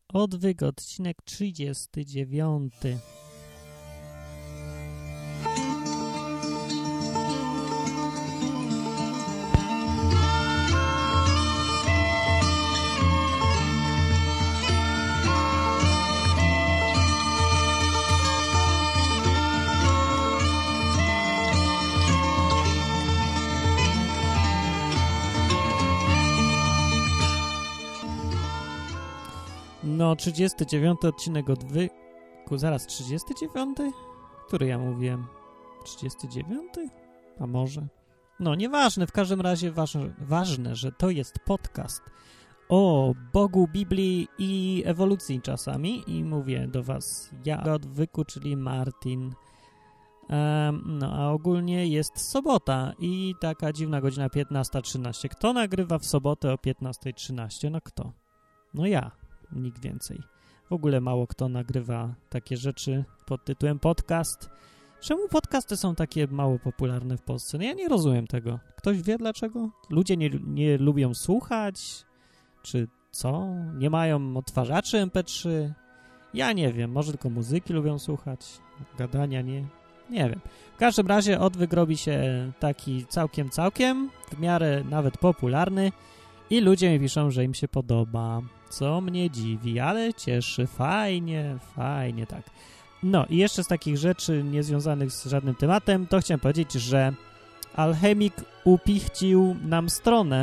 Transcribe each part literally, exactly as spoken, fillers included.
Odwyk, odcinek trzydziesty dziewiąty. No, trzydziesty dziewiąty odcinek odwyku. Zaraz, trzydziesty dziewiąty? Który ja mówiłem? trzydziesty dziewiąty? A może? No, nieważne, w każdym razie ważne, ważne, że to jest podcast o Bogu, Biblii i ewolucji czasami. I mówię do was ja, odwyku, czyli Martin. Um, no, a ogólnie jest sobota i taka dziwna godzina piętnasta trzynaście. Kto nagrywa w sobotę o piętnasta trzynaście? No kto? No ja. Nikt więcej. W ogóle mało kto nagrywa takie rzeczy pod tytułem podcast. Czemu podcasty są takie mało popularne w Polsce? No ja nie rozumiem tego. Ktoś wie dlaczego? Ludzie nie, nie lubią słuchać? Czy co? Nie mają odtwarzaczy em pe trzy? Ja nie wiem. Może tylko muzyki lubią słuchać? Gadania nie? Nie wiem. W każdym razie odwyk robi się taki całkiem, całkiem, w miarę nawet popularny i ludzie mi piszą, że im się podoba. Co mnie dziwi, ale cieszy. Fajnie, fajnie, tak. No i jeszcze z takich rzeczy niezwiązanych z żadnym tematem, to chciałem powiedzieć, że Alchemik upichcił nam stronę.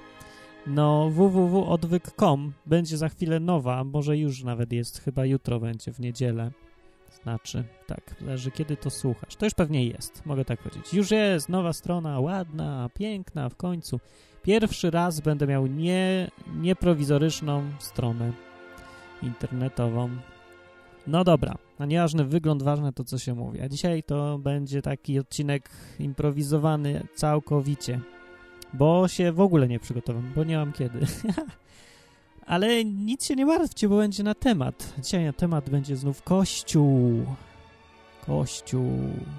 No w w w kropka odwyk kropka com będzie za chwilę nowa, może już nawet jest, chyba jutro będzie, w niedzielę. Znaczy, tak, zależy kiedy to słuchasz. To już pewnie jest, mogę tak powiedzieć. Już jest nowa strona, ładna, piękna w końcu. Pierwszy raz będę miał nie, nieprowizoryczną stronę internetową. No dobra, a nieważny wygląd, ważne to, co się mówi. A dzisiaj to będzie taki odcinek improwizowany całkowicie, bo się w ogóle nie przygotowałem, bo nie mam kiedy. Ale nic się nie martwcie, bo będzie na temat. Dzisiaj na temat będzie znów Kościół. Kościół.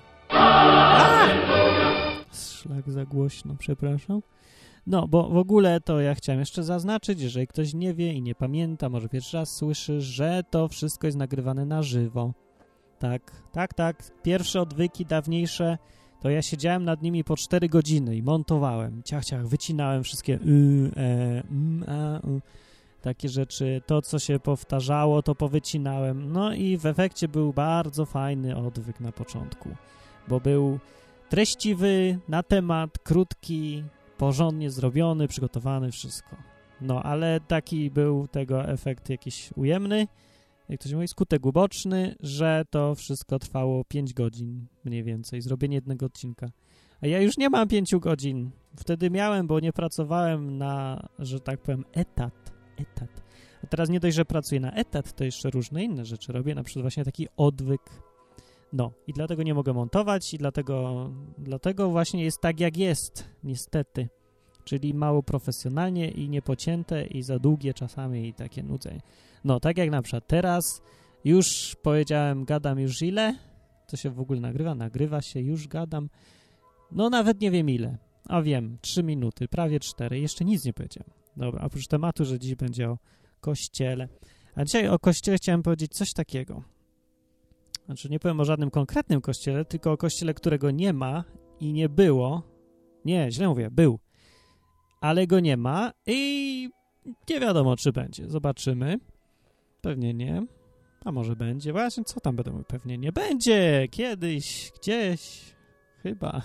A! Szlak za głośno, przepraszam. No, bo w ogóle to ja chciałem jeszcze zaznaczyć, jeżeli ktoś nie wie i nie pamięta, może pierwszy raz słyszy, że to wszystko jest nagrywane na żywo. Tak, tak, tak. Pierwsze odwyki dawniejsze, to ja siedziałem nad nimi po cztery godziny i montowałem. Ciach, ciach, wycinałem wszystkie y, e, m, a, y. Takie rzeczy. To, co się powtarzało, to powycinałem. No i w efekcie był bardzo fajny odwyk na początku, bo był treściwy, na temat, krótki, porządnie zrobiony, przygotowany, wszystko. No, ale taki był tego efekt jakiś ujemny, jak to się mówi, skutek uboczny, że to wszystko trwało pięć godzin mniej więcej, zrobienie jednego odcinka. A ja już nie mam pięciu godzin. Wtedy miałem, bo nie pracowałem na, że tak powiem, etat. etat. A teraz nie dość, że pracuję na etat, to jeszcze różne inne rzeczy robię, na przykład właśnie taki odwyk. No i dlatego nie mogę montować i dlatego, dlatego właśnie jest tak, jak jest, niestety. Czyli mało profesjonalnie i niepocięte i za długie czasami i takie nudzenie. No, tak jak na przykład teraz już powiedziałem, gadam już ile? To się w ogóle nagrywa? Nagrywa się, już gadam. No nawet nie wiem ile. A wiem, trzy minuty, prawie cztery. Jeszcze nic nie powiedziałem. Dobra, oprócz tematu, że dziś będzie o Kościele. A dzisiaj o Kościele chciałem powiedzieć coś takiego. Znaczy nie powiem o żadnym konkretnym kościele, tylko o kościele, którego nie ma i nie było. Nie, źle mówię, był. Ale go nie ma i nie wiadomo, czy będzie. Zobaczymy. Pewnie nie. A może będzie. Właśnie, co tam będę mówił? Pewnie nie będzie. Kiedyś, gdzieś. Chyba.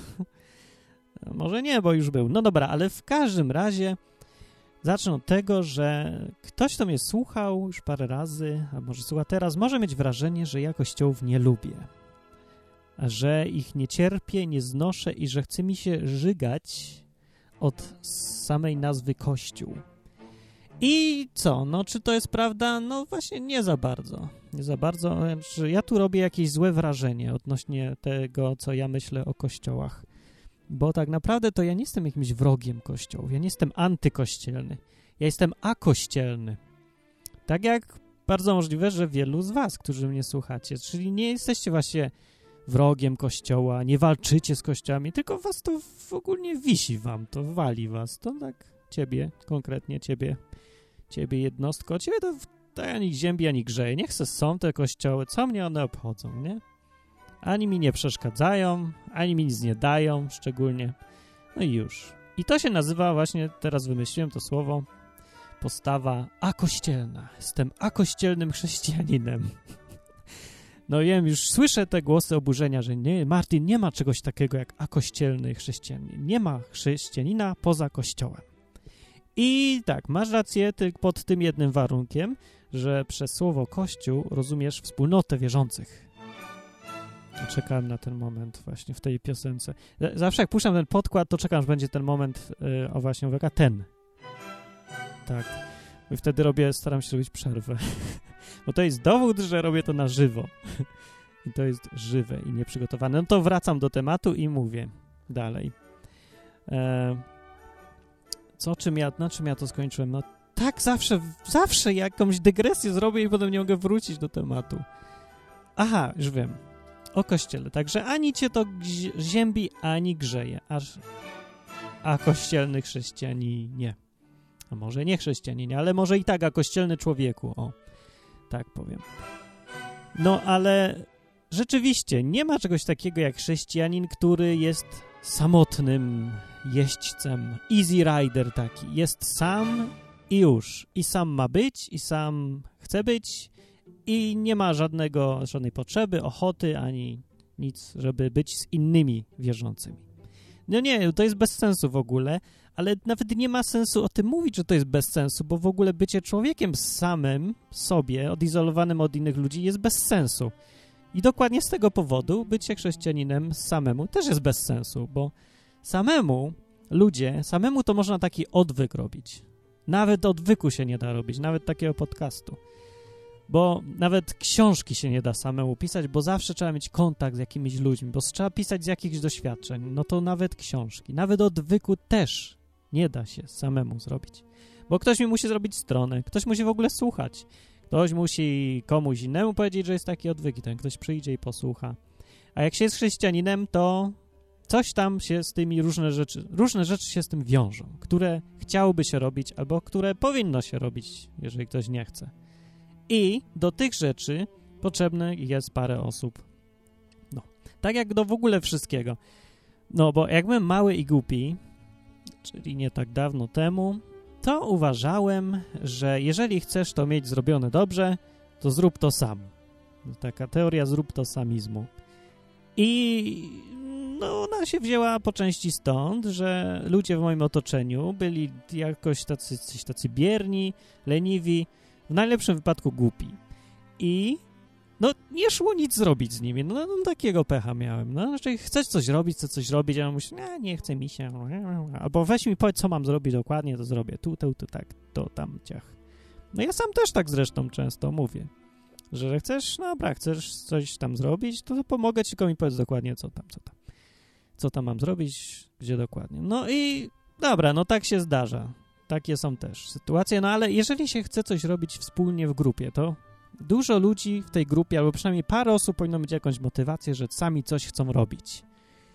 Może nie, bo już był. No dobra, ale w każdym razie zacznę od tego, że ktoś, kto mnie słuchał już parę razy, a może słucha teraz, może mieć wrażenie, że ja kościołów nie lubię. Że ich nie cierpię, nie znoszę i że chce mi się żygać od samej nazwy Kościół. I co? No, czy to jest prawda? No właśnie nie za bardzo. Nie za bardzo. Znaczy, ja tu robię jakieś złe wrażenie odnośnie tego, co ja myślę o kościołach. Bo tak naprawdę to ja nie jestem jakimś wrogiem kościołów. Ja nie jestem antykościelny. Ja jestem akościelny. Tak jak bardzo możliwe, że wielu z was, którzy mnie słuchacie, czyli nie jesteście właśnie wrogiem kościoła, nie walczycie z kościołami, tylko was to w ogóle wisi wam, to wali was. To tak ciebie, konkretnie ciebie, ciebie jednostko, ciebie to to ani ziębi, ani grzeje. Niech se są te kościoły, co mnie one obchodzą, nie? Ani mi nie przeszkadzają, ani mi nic nie dają szczególnie. No i już. I to się nazywa właśnie, teraz wymyśliłem to słowo, postawa akościelna. Jestem akościelnym chrześcijaninem. No wiem, już słyszę te głosy oburzenia, że nie, Martin, nie ma czegoś takiego jak akościelny chrześcijanin. Nie ma chrześcijanina poza kościołem. I tak, masz rację ty, pod tym jednym warunkiem, że przez słowo kościół rozumiesz wspólnotę wierzących. Czekałem na ten moment właśnie w tej piosence. Zawsze jak puszczam ten podkład, to czekam, że będzie ten moment, yy, o właśnie, uwaga, ten. Tak. I wtedy robię, staram się robić przerwę. Bo to jest dowód, że robię to na żywo. I to jest żywe i nieprzygotowane. No to wracam do tematu i mówię dalej. E, co, czym ja, na czym ja to skończyłem? No tak, zawsze, zawsze jakąś dygresję zrobię i potem nie mogę wrócić do tematu. Aha, już wiem. O kościele. Także ani cię to ziębi, ani grzeje. Aż, a kościelny chrześcijanin nie. A może nie chrześcijaninie, ale może i tak, a kościelny człowieku. O, tak powiem. No, ale rzeczywiście nie ma czegoś takiego jak chrześcijanin, który jest samotnym jeźdźcem. Easy rider taki. Jest sam i już. I sam ma być, i sam chce być i nie ma żadnego, żadnej potrzeby, ochoty, ani nic, żeby być z innymi wierzącymi. No nie, to jest bez sensu w ogóle, ale nawet nie ma sensu o tym mówić, że to jest bez sensu, bo w ogóle bycie człowiekiem samym sobie, odizolowanym od innych ludzi jest bez sensu. I dokładnie z tego powodu bycie chrześcijaninem samemu też jest bez sensu, bo samemu ludzie, samemu to można taki odwyk robić. Nawet odwyku się nie da robić, nawet takiego podcastu. Bo nawet książki się nie da samemu pisać, bo zawsze trzeba mieć kontakt z jakimiś ludźmi, bo trzeba pisać z jakichś doświadczeń. No to nawet książki, nawet odwyku też nie da się samemu zrobić. Bo ktoś mi musi zrobić stronę, ktoś musi w ogóle słuchać. Ktoś musi komuś innemu powiedzieć, że jest taki odwyk i ten ktoś przyjdzie i posłucha. A jak się jest chrześcijaninem, to coś tam się z tymi różne rzeczy, różne rzeczy się z tym wiążą, które chciałoby się robić albo które powinno się robić, jeżeli ktoś nie chce. I do tych rzeczy potrzebne jest parę osób. No, tak jak do w ogóle wszystkiego. No, bo jak byłem mały i głupi, czyli nie tak dawno temu, to uważałem, że jeżeli chcesz to mieć zrobione dobrze, to zrób to sam. Taka teoria zrób to samizmu. I no, ona się wzięła po części stąd, że ludzie w moim otoczeniu byli jakoś tacy, coś tacy bierni, leniwi, w najlepszym wypadku głupi. I no nie szło nic zrobić z nimi. No, no takiego pecha miałem. No, znaczy chcesz coś robić, chcesz coś robić, a ja myślę, nie, nie chce mi się. Albo weź mi powiedz, co mam zrobić dokładnie, to zrobię. Tu, tu, tu, tak, to, tam, ciach. No ja sam też tak zresztą często mówię, że chcesz, no dobra, chcesz coś tam zrobić, to, to pomogę ci, tylko mi powiedz dokładnie, co tam, co tam. Co tam mam zrobić, gdzie dokładnie. No i dobra, no tak się zdarza. Takie są też sytuacje, no ale jeżeli się chce coś robić wspólnie w grupie, to dużo ludzi w tej grupie, albo przynajmniej parę osób powinno mieć jakąś motywację, że sami coś chcą robić.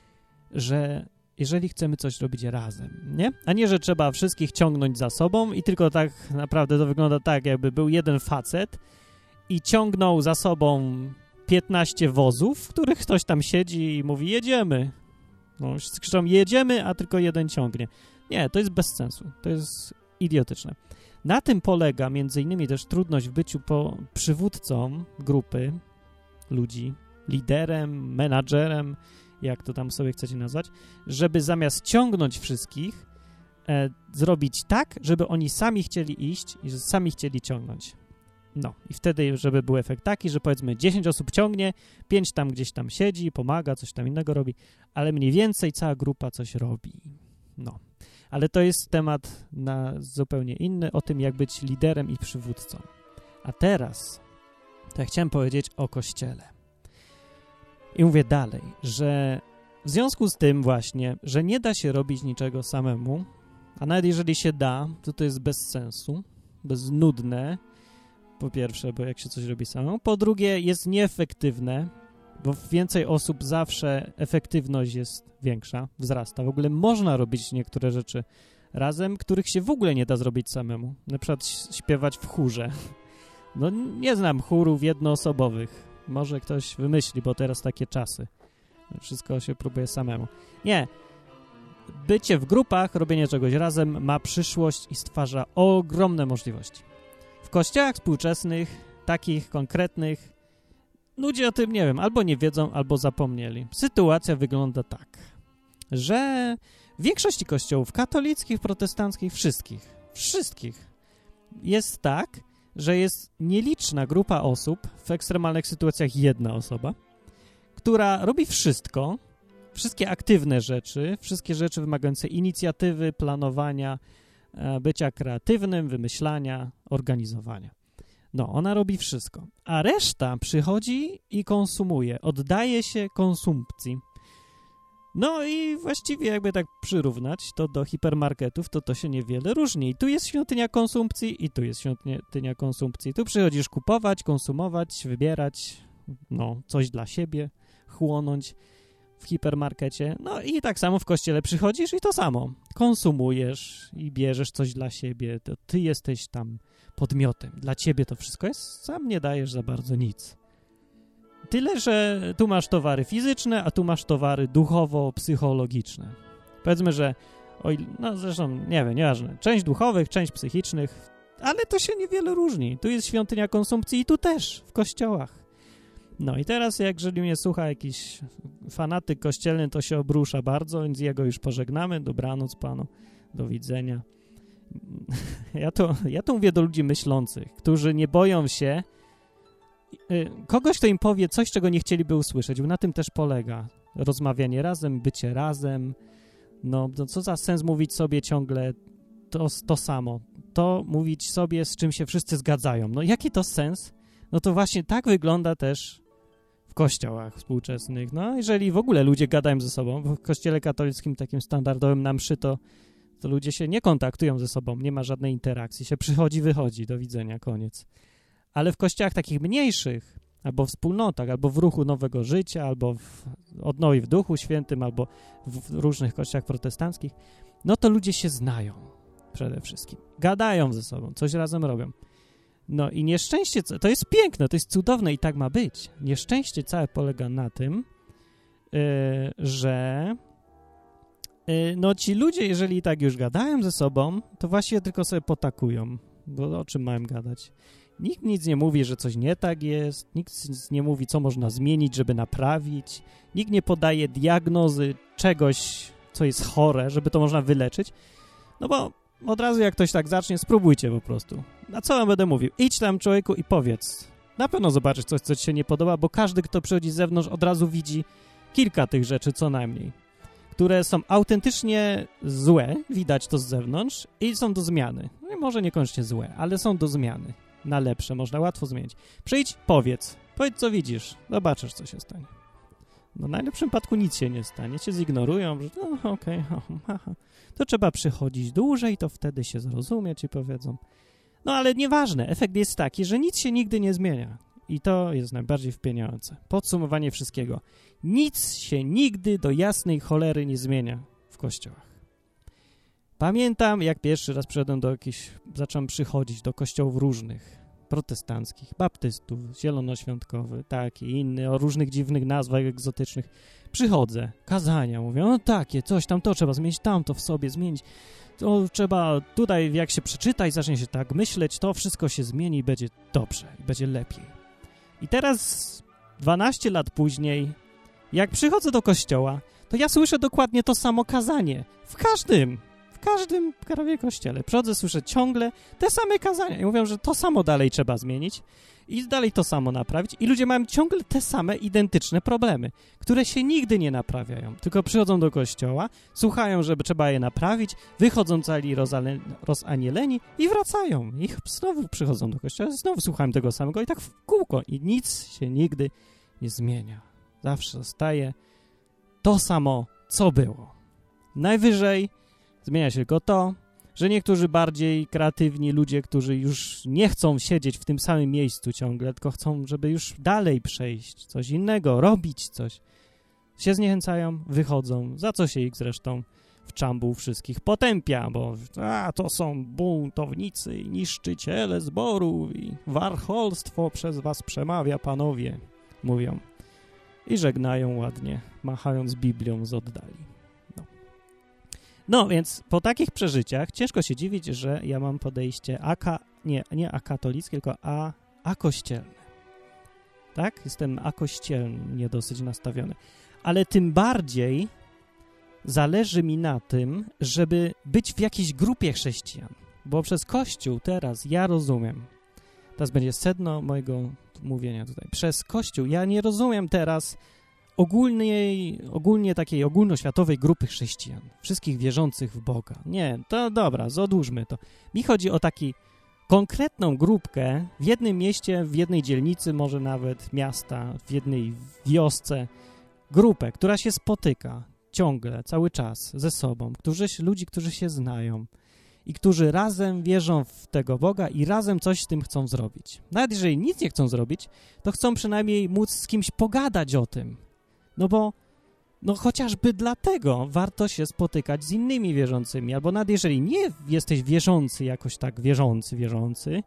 Że jeżeli chcemy coś robić razem, nie? A nie, że trzeba wszystkich ciągnąć za sobą i tylko tak naprawdę to wygląda tak, jakby był jeden facet i ciągnął za sobą piętnaście wozów, w których ktoś tam siedzi i mówi, jedziemy. No, wszyscy krzyczą, jedziemy, a tylko jeden ciągnie. Nie, to jest bez sensu. To jest idiotyczne. Na tym polega między innymi też trudność w byciu po przywódcą grupy ludzi, liderem, menadżerem, jak to tam sobie chcecie nazwać, żeby zamiast ciągnąć wszystkich, e, zrobić tak, żeby oni sami chcieli iść i że sami chcieli ciągnąć. No i wtedy, żeby był efekt taki, że powiedzmy dziesięć osób ciągnie, pięć tam gdzieś tam siedzi, pomaga, coś tam innego robi, ale mniej więcej cała grupa coś robi. No. Ale to jest temat na zupełnie inny, o tym, jak być liderem i przywódcą. A teraz to ja chciałem powiedzieć o Kościele. I mówię dalej, że w związku z tym właśnie, że nie da się robić niczego samemu, a nawet jeżeli się da, to to jest bez sensu, beznudne, po pierwsze, bo jak się coś robi samemu, po drugie jest nieefektywne, bo więcej osób zawsze efektywność jest większa, wzrasta. W ogóle można robić niektóre rzeczy razem, których się w ogóle nie da zrobić samemu. Na przykład śpiewać w chórze. No nie znam chórów jednoosobowych. Może ktoś wymyśli, bo teraz takie czasy. Wszystko się próbuje samemu. Nie. Bycie w grupach, robienie czegoś razem ma przyszłość i stwarza ogromne możliwości. W kościołach współczesnych, takich konkretnych, ludzie o tym nie wiem, albo nie wiedzą, albo zapomnieli. Sytuacja wygląda tak, że w większości kościołów katolickich, protestanckich, wszystkich, wszystkich jest tak, że jest nieliczna grupa osób, w ekstremalnych sytuacjach jedna osoba, która robi wszystko, wszystkie aktywne rzeczy, wszystkie rzeczy wymagające inicjatywy, planowania, bycia kreatywnym, wymyślania, organizowania. No, ona robi wszystko, a reszta przychodzi i konsumuje, oddaje się konsumpcji. No i właściwie jakby tak przyrównać to do hipermarketów, to to się niewiele różni. I tu jest świątynia konsumpcji i tu jest świątynia konsumpcji. Tu przychodzisz kupować, konsumować, wybierać, no, coś dla siebie, chłonąć w hipermarkecie. No i tak samo w kościele przychodzisz i to samo. Konsumujesz i bierzesz coś dla siebie. To ty jesteś tam podmiotem. Dla ciebie to wszystko jest, sam nie dajesz za bardzo nic. Tyle, że tu masz towary fizyczne, a tu masz towary duchowo-psychologiczne. Powiedzmy, że, oj, no zresztą, nie wiem, nieważne, część duchowych, część psychicznych, ale to się niewiele różni. Tu jest świątynia konsumpcji i tu też, w kościołach. No i teraz, jak jeżeli mnie słucha jakiś fanatyk kościelny, to się obrusza bardzo, więc jego już pożegnamy. Dobranoc panu, do widzenia. Ja to, ja to mówię do ludzi myślących, którzy nie boją się kogoś, kto im powie coś, czego nie chcieliby usłyszeć, bo na tym też polega rozmawianie razem, bycie razem. No, no co za sens mówić sobie ciągle to, to samo, to mówić sobie, z czym się wszyscy zgadzają. No jaki to sens? No to właśnie tak wygląda też w kościołach współczesnych. No jeżeli w ogóle ludzie gadają ze sobą, w kościele katolickim takim standardowym na mszy to, to ludzie się nie kontaktują ze sobą, nie ma żadnej interakcji, się przychodzi, wychodzi, do widzenia, koniec. Ale w kościołach takich mniejszych, albo w wspólnotach, albo w ruchu Nowego Życia, albo w Odnowi w Duchu Świętym, albo w różnych kościołach protestanckich, no to ludzie się znają przede wszystkim. Gadają ze sobą, coś razem robią. No i nieszczęście, to jest piękne, to jest cudowne i tak ma być. Nieszczęście całe polega na tym, yy, że yy, no ci ludzie, jeżeli tak już gadają ze sobą, to właściwie tylko sobie potakują, bo o czym mają gadać? Nikt nic nie mówi, że coś nie tak jest, nikt nic nie mówi, co można zmienić, żeby naprawić, nikt nie podaje diagnozy czegoś, co jest chore, żeby to można wyleczyć, no bo od razu jak ktoś tak zacznie, spróbujcie po prostu. A co wam będę mówił? Idź tam, człowieku, i powiedz. Na pewno zobaczysz coś, co ci się nie podoba, bo każdy, kto przychodzi z zewnątrz, od razu widzi kilka tych rzeczy co najmniej, które są autentycznie złe, widać to z zewnątrz i są do zmiany. No i może niekoniecznie złe, ale są do zmiany. Na lepsze, można łatwo zmienić. Przyjdź, powiedz. Powiedz, co widzisz. Zobaczysz, co się stanie. No w najlepszym przypadku nic się nie stanie. Cię zignorują, że no okej, okay, to trzeba przychodzić dłużej, to wtedy się zrozumie, ci powiedzą. No ale nieważne, efekt jest taki, że nic się nigdy nie zmienia. I to jest najbardziej wpieniające. Podsumowanie wszystkiego. Nic się nigdy do jasnej cholery nie zmienia w kościołach. Pamiętam, jak pierwszy raz przyszedłem do jakichś, zacząłem przychodzić do kościołów różnych, protestanckich, baptystów, zielonoświątkowy, taki, inny, o różnych dziwnych nazwach egzotycznych. Przychodzę, kazania, mówię, no takie, coś tam, to trzeba zmienić, tamto w sobie zmienić, to trzeba tutaj, jak się przeczyta i zacznie się tak myśleć, to wszystko się zmieni i będzie dobrze, i będzie lepiej. I teraz, dwanaście lat później, jak przychodzę do kościoła, to ja słyszę dokładnie to samo kazanie, w każdym W każdym prawie kościele. Przychodzę, słyszę ciągle te same kazania i mówią, że to samo dalej trzeba zmienić i dalej to samo naprawić i ludzie mają ciągle te same identyczne problemy, które się nigdy nie naprawiają, tylko przychodzą do kościoła, słuchają, żeby trzeba je naprawić, wychodzą cali rozale- rozanieleni i wracają. I znowu przychodzą do kościoła, znowu słuchają tego samego i tak w kółko i nic się nigdy nie zmienia. Zawsze zostaje to samo, co było. Najwyżej zmienia się tylko to, że niektórzy bardziej kreatywni ludzie, którzy już nie chcą siedzieć w tym samym miejscu ciągle, tylko chcą, żeby już dalej przejść, coś innego, robić coś, się zniechęcają, wychodzą, za co się ich zresztą w czambu wszystkich potępia, bo a, to są buntownicy i niszczyciele zborów i warcholstwo przez was przemawia, panowie, mówią. I żegnają ładnie, machając Biblią z oddali. No. no, więc po takich przeżyciach ciężko się dziwić, że ja mam podejście aka, nie, nie akatolickie, tylko a, akościelne. Tak? Jestem akościelnie dosyć nastawiony. Ale tym bardziej zależy mi na tym, żeby być w jakiejś grupie chrześcijan. Bo przez Kościół teraz ja rozumiem, teraz będzie sedno mojego mówienia tutaj, przez Kościół ja nie rozumiem teraz ogólnej, ogólnie takiej ogólnoświatowej grupy chrześcijan, wszystkich wierzących w Boga. Nie, to dobra, odłóżmy to. Mi chodzi o taką konkretną grupkę w jednym mieście, w jednej dzielnicy, może nawet miasta, w jednej wiosce, grupę, która się spotyka ciągle, cały czas ze sobą, którzy, ludzi, którzy się znają i którzy razem wierzą w tego Boga i razem coś z tym chcą zrobić. Nawet jeżeli nic nie chcą zrobić, to chcą przynajmniej móc z kimś pogadać o tym. No bo no chociażby dlatego warto się spotykać z innymi wierzącymi, albo nawet jeżeli nie jesteś wierzący, jakoś tak wierzący, wierzący,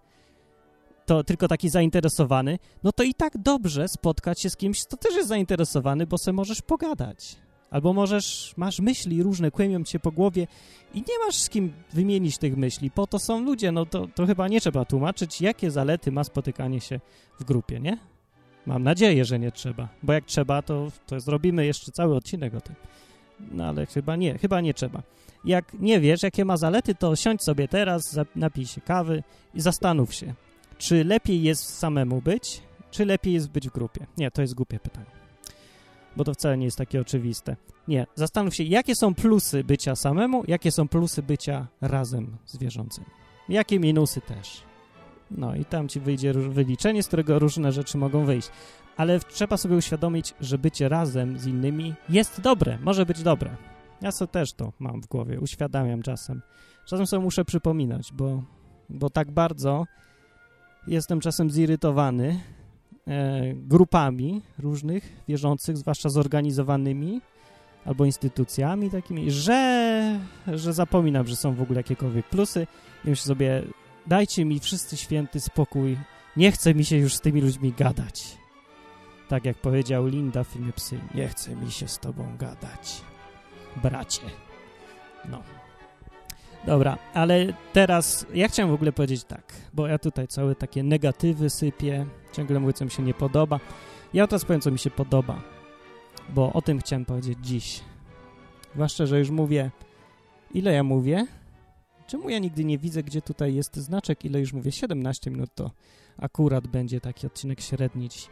to tylko taki zainteresowany, no to i tak dobrze spotkać się z kimś, kto też jest zainteresowany, bo se możesz pogadać. Albo możesz, masz myśli różne, kłębią cię po głowie i nie masz z kim wymienić tych myśli. Po to są ludzie, no to, to chyba nie trzeba tłumaczyć, jakie zalety ma spotykanie się w grupie, nie? Mam nadzieję, że nie trzeba, bo jak trzeba, to, to zrobimy jeszcze cały odcinek o tym. No ale chyba nie, chyba nie trzeba. Jak nie wiesz, jakie ma zalety, to siądź sobie teraz, napij się kawy i zastanów się, czy lepiej jest samemu być, czy lepiej jest być w grupie. Nie, to jest głupie pytanie, bo to wcale nie jest takie oczywiste. Nie, zastanów się, jakie są plusy bycia samemu, jakie są plusy bycia razem z wierzącymi. Jakie minusy też. No i tam ci wyjdzie wyliczenie, z którego różne rzeczy mogą wyjść. Ale trzeba sobie uświadomić, że bycie razem z innymi jest dobre, może być dobre. Ja sobie też to mam w głowie, uświadamiam czasem. Czasem sobie muszę przypominać, bo, bo tak bardzo jestem czasem zirytowany e, grupami różnych wierzących, zwłaszcza zorganizowanymi albo instytucjami takimi, że, że zapominam, że są w ogóle jakiekolwiek plusy i myślę sobie, dajcie mi wszyscy święty spokój, nie chce mi się już z tymi ludźmi gadać. Tak jak powiedział Linda w filmie Psy, nie chce mi się z tobą gadać, bracie. No. Dobra, ale teraz ja chciałem w ogóle powiedzieć tak, bo ja tutaj całe takie negatywy sypię, ciągle mówię, co mi się nie podoba. Ja teraz powiem, co mi się podoba, bo o tym chciałem powiedzieć dziś. Zwłaszcza, że już mówię, ile ja mówię? Czemu ja nigdy nie widzę, gdzie tutaj jest znaczek, ile już mówię? siedemnaście minut to akurat będzie taki odcinek średni dziś.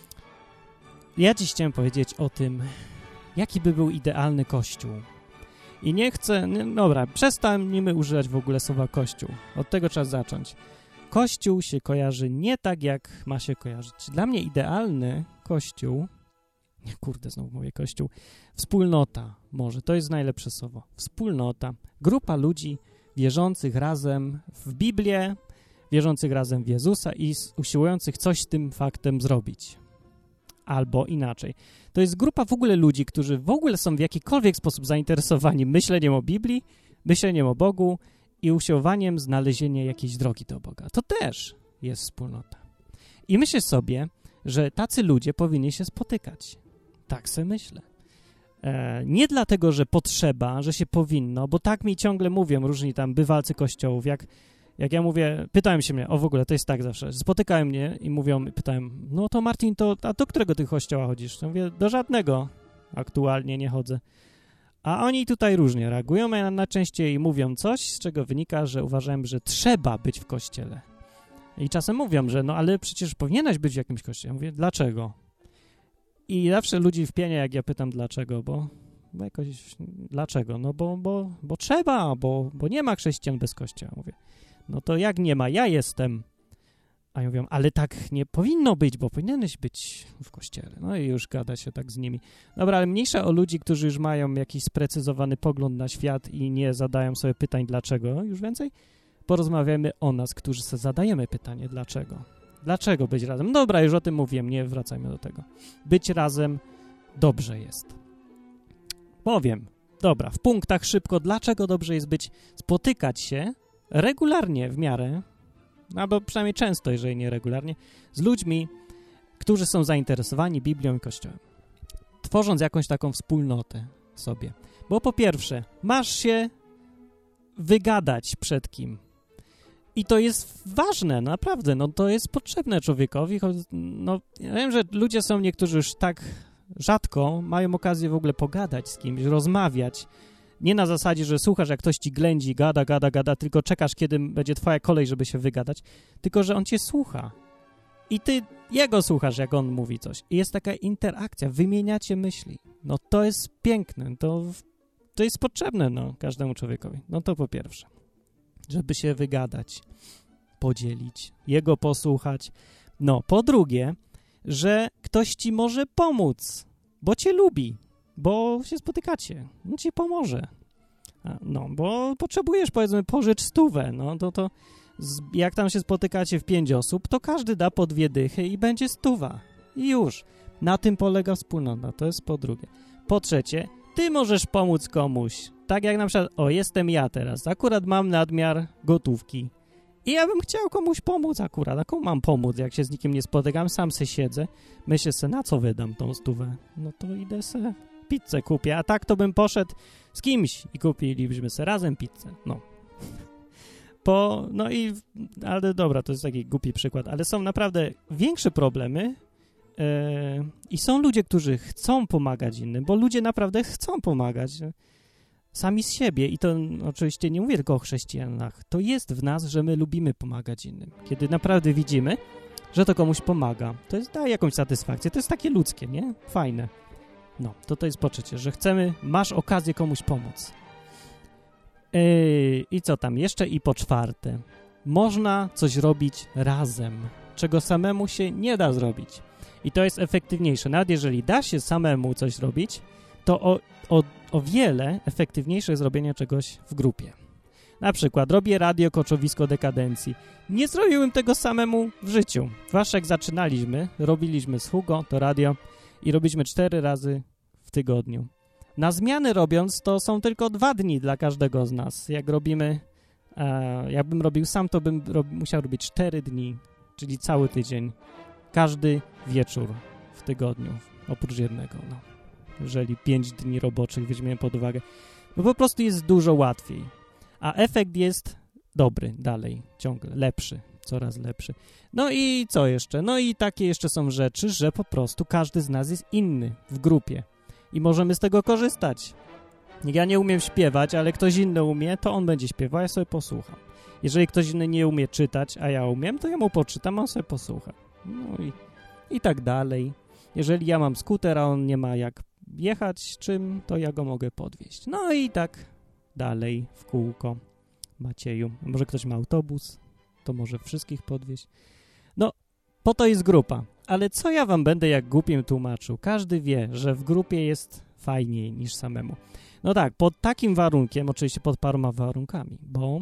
Ja dziś chciałem powiedzieć o tym, jaki by był idealny kościół. I nie chcę, nie, dobra, przestańmy używać w ogóle słowa kościół. Od tego trzeba zacząć. Kościół się kojarzy nie tak, jak ma się kojarzyć. Dla mnie idealny kościół, kurde, znowu mówię kościół, wspólnota może, to jest najlepsze słowo. Wspólnota, grupa ludzi wierzących razem w Biblię, wierzących razem w Jezusa i usiłujących coś z tym faktem zrobić. Albo inaczej. To jest grupa w ogóle ludzi, którzy w ogóle są w jakikolwiek sposób zainteresowani myśleniem o Biblii, myśleniem o Bogu i usiłowaniem znalezienia jakiejś drogi do Boga. To też jest wspólnota. I myślę sobie, że tacy ludzie powinni się spotykać. Tak sobie myślę. E, nie dlatego, że potrzeba, że się powinno, bo tak mi ciągle mówią różni tam bywalcy kościołów, jak Jak ja mówię, pytają się mnie, o w ogóle, to jest tak zawsze, spotykają mnie i mówią, pytają, no to Martin, to a do którego ty kościoła chodzisz? Ja mówię, do żadnego aktualnie nie chodzę. A oni tutaj różnie reagują, a najczęściej mówią coś, z czego wynika, że uważałem, że trzeba być w kościele. I czasem mówią, że no ale przecież powinieneś być w jakimś kościele. Ja mówię, dlaczego? I zawsze ludzi wpienia, jak ja pytam dlaczego, bo, bo jakoś, dlaczego? No bo, bo, bo trzeba, bo, bo nie ma chrześcijan bez kościoła. Mówię, no to jak nie ma, ja jestem. A ja mówią, ale tak nie powinno być, bo powinieneś być w kościele. No i już gada się tak z nimi. Dobra, ale mniejsza o ludzi, którzy już mają jakiś sprecyzowany pogląd na świat i nie zadają sobie pytań dlaczego, już więcej. Porozmawiamy o nas, którzy sobie zadajemy pytanie dlaczego. Dlaczego być razem? Dobra, już o tym mówiłem, nie wracajmy do tego. Być razem dobrze jest. Powiem, dobra, w punktach szybko, dlaczego dobrze jest być, spotykać się regularnie w miarę, albo przynajmniej często, jeżeli nie regularnie, z ludźmi, którzy są zainteresowani Biblią i Kościołem, tworząc jakąś taką wspólnotę sobie. Bo po pierwsze, masz się wygadać przed kim. I to jest ważne, naprawdę, no to jest potrzebne człowiekowi. No, ja wiem, że ludzie są niektórzy już tak rzadko mają okazję w ogóle pogadać z kimś, rozmawiać. Nie na zasadzie, że słuchasz, jak ktoś ci ględzi, gada, gada, gada, tylko czekasz, kiedy będzie twoja kolej, żeby się wygadać, tylko że on cię słucha. I ty jego słuchasz, jak on mówi coś. I jest taka interakcja, wymieniacie myśli. No to jest piękne, to, to jest potrzebne no, każdemu człowiekowi. No to po pierwsze, żeby się wygadać, podzielić, jego posłuchać. No, po drugie, że ktoś ci może pomóc, bo cię lubi, bo się spotykacie, on ci pomoże. A, no, bo potrzebujesz, powiedzmy, pożycz stówę, no to to z, jak tam się spotykacie w pięć osób, to każdy da po dwie dychy i będzie stuwa. I już. Na tym polega wspólnota, to jest po drugie. Po trzecie, ty możesz pomóc komuś. Tak jak na przykład, o, jestem ja teraz, akurat mam nadmiar gotówki. I ja bym chciał komuś pomóc akurat. A komu mam pomóc, jak się z nikim nie spotykam, sam se siedzę, myślę se, na co wydam tą stówę? No to idę se pizzę kupię, a tak to bym poszedł z kimś i kupilibyśmy se razem pizzę. No. Po, no i, ale dobra, to jest taki głupi przykład, ale są naprawdę większe problemy yy, i są ludzie, którzy chcą pomagać innym, bo ludzie naprawdę chcą pomagać sami z siebie i to no, oczywiście nie mówię tylko o chrześcijanach, to jest w nas, że my lubimy pomagać innym. Kiedy naprawdę widzimy, że to komuś pomaga, to jest, daje jakąś satysfakcję, to jest takie ludzkie, nie? Fajne. No, to to jest poczucie, że chcemy, masz okazję komuś pomóc. Yy, I co tam jeszcze? I po czwarte, można coś robić razem, czego samemu się nie da zrobić. I to jest efektywniejsze. Nawet jeżeli da się samemu coś robić, to o, o, o wiele efektywniejsze jest robienie czegoś w grupie. Na przykład robię radio Koczowisko Dekadencji. Nie zrobiłem tego samemu w życiu. Zwłaszcza jak zaczynaliśmy, robiliśmy z Hugo to radio i robiliśmy cztery razy w tygodniu. Na zmiany robiąc, to są tylko dwa dni dla każdego z nas. Jak robimy, e, jakbym robił sam, to bym rob, musiał robić cztery dni, czyli cały tydzień. Każdy wieczór w tygodniu, oprócz jednego, no. Jeżeli pięć dni roboczych weźmiemy pod uwagę, bo po prostu jest dużo łatwiej. A efekt jest dobry dalej, ciągle, lepszy, coraz lepszy. No i co jeszcze? No i takie jeszcze są rzeczy, że po prostu każdy z nas jest inny w grupie. I możemy z tego korzystać. Ja nie umiem śpiewać, ale ktoś inny umie, to on będzie śpiewał, ja sobie posłucham. Jeżeli ktoś inny nie umie czytać, a ja umiem, to ja mu poczytam, a on sobie posłucha. No i, i tak dalej. Jeżeli ja mam skuter, a on nie ma jak jechać czym, to ja go mogę podwieźć. No i tak dalej w kółko. Macieju, może ktoś ma autobus, to może wszystkich podwieźć. No, po to jest grupa. Ale co ja wam będę jak głupiem tłumaczył? Każdy wie, że w grupie jest fajniej niż samemu. No tak, pod takim warunkiem, oczywiście pod paroma warunkami, bo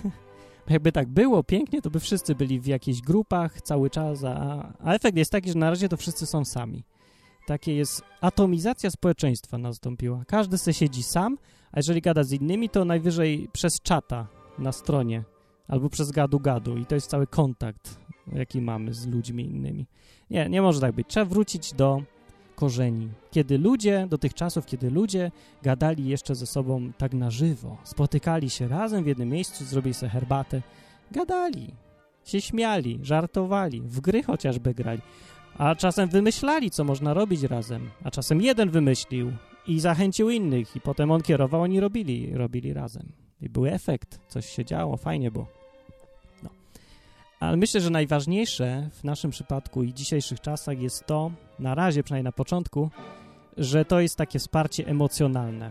jakby tak było pięknie, to by wszyscy byli w jakichś grupach cały czas, a, a efekt jest taki, że na razie to wszyscy są sami. Takie jest, atomizacja społeczeństwa nastąpiła. Każdy se siedzi sam, a jeżeli gada z innymi, to najwyżej przez czata na stronie albo przez gadu-gadu i to jest cały kontakt, jaki mamy z ludźmi innymi. Nie, nie może tak być. Trzeba wrócić do korzeni. Kiedy ludzie, do tych czasów, kiedy ludzie gadali jeszcze ze sobą tak na żywo, spotykali się razem w jednym miejscu, zrobili sobie herbatę, gadali, się śmiali, żartowali, w gry chociażby grali, a czasem wymyślali, co można robić razem, a czasem jeden wymyślił i zachęcił innych i potem on kierował, oni robili, robili razem. I był efekt, coś się działo, fajnie było. No. Ale myślę, że najważniejsze w naszym przypadku i dzisiejszych czasach jest to, na razie, przynajmniej na początku, że to jest takie wsparcie emocjonalne.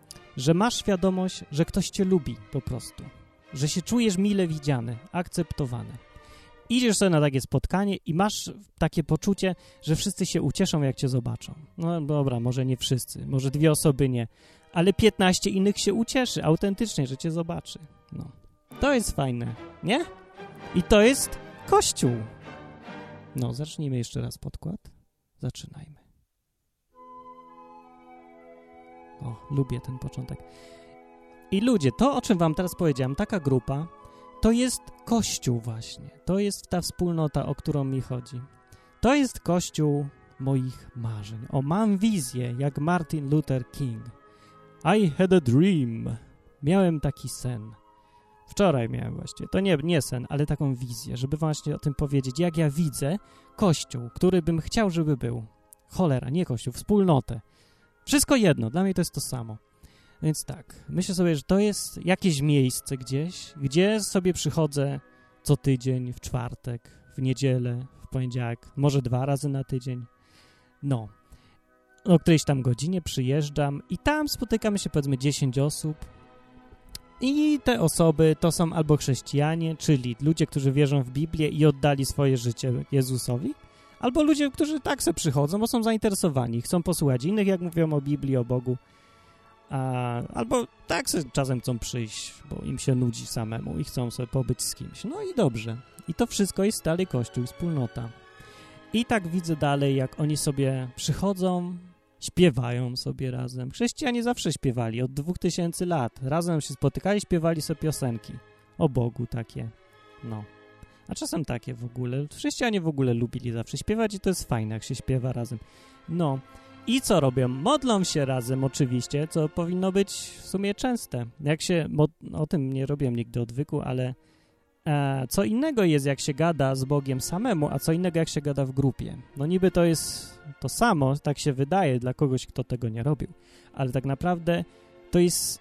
Że masz świadomość, że ktoś cię lubi po prostu. Że się czujesz mile widziany, akceptowany. Idziesz sobie na takie spotkanie i masz takie poczucie, że wszyscy się ucieszą, jak cię zobaczą. No dobra, może nie wszyscy, może dwie osoby nie, ale piętnaście innych się ucieszy autentycznie, że cię zobaczy. No. To jest fajne, nie? I to jest Kościół. No, zacznijmy jeszcze raz podkład. Zaczynajmy. O, lubię ten początek. I ludzie, to o czym wam teraz powiedziałem, taka grupa, to jest Kościół właśnie. To jest ta wspólnota, o którą mi chodzi. To jest Kościół moich marzeń. O, mam wizję, jak Martin Luther King. I had a dream. Miałem taki sen. Wczoraj miałem właściwie. To nie, nie sen, ale taką wizję, żeby właśnie o tym powiedzieć, jak ja widzę Kościół, który bym chciał, żeby był. Cholera, nie Kościół, wspólnotę. Wszystko jedno, dla mnie to jest to samo. Więc tak, myślę sobie, że to jest jakieś miejsce gdzieś, gdzie sobie przychodzę co tydzień, w czwartek, w niedzielę, w poniedziałek, może dwa razy na tydzień. No, o którejś tam godzinie przyjeżdżam i tam spotykamy się powiedzmy dziesięć osób i te osoby to są albo chrześcijanie, czyli ludzie, którzy wierzą w Biblię i oddali swoje życie Jezusowi, albo ludzie, którzy tak se przychodzą, bo są zainteresowani, chcą posłuchać innych, jak mówią o Biblii, o Bogu, a, albo tak se czasem chcą przyjść, bo im się nudzi samemu i chcą sobie pobyć z kimś. No i dobrze. I to wszystko jest dalej Kościół i wspólnota. I tak widzę dalej, jak oni sobie przychodzą, śpiewają sobie razem. Chrześcijanie zawsze śpiewali, od dwóch tysięcy lat. Razem się spotykali, śpiewali sobie piosenki o Bogu takie. No. A czasem takie w ogóle. Chrześcijanie w ogóle lubili zawsze śpiewać i to jest fajne, jak się śpiewa razem. No. I co robią? Modlą się razem oczywiście, co powinno być w sumie częste. Jak się, o tym nie robiłem nigdy odwyku, ale e, co innego jest, jak się gada z Bogiem samemu, a co innego, jak się gada w grupie. No niby to jest to samo, tak się wydaje dla kogoś, kto tego nie robił, ale tak naprawdę to jest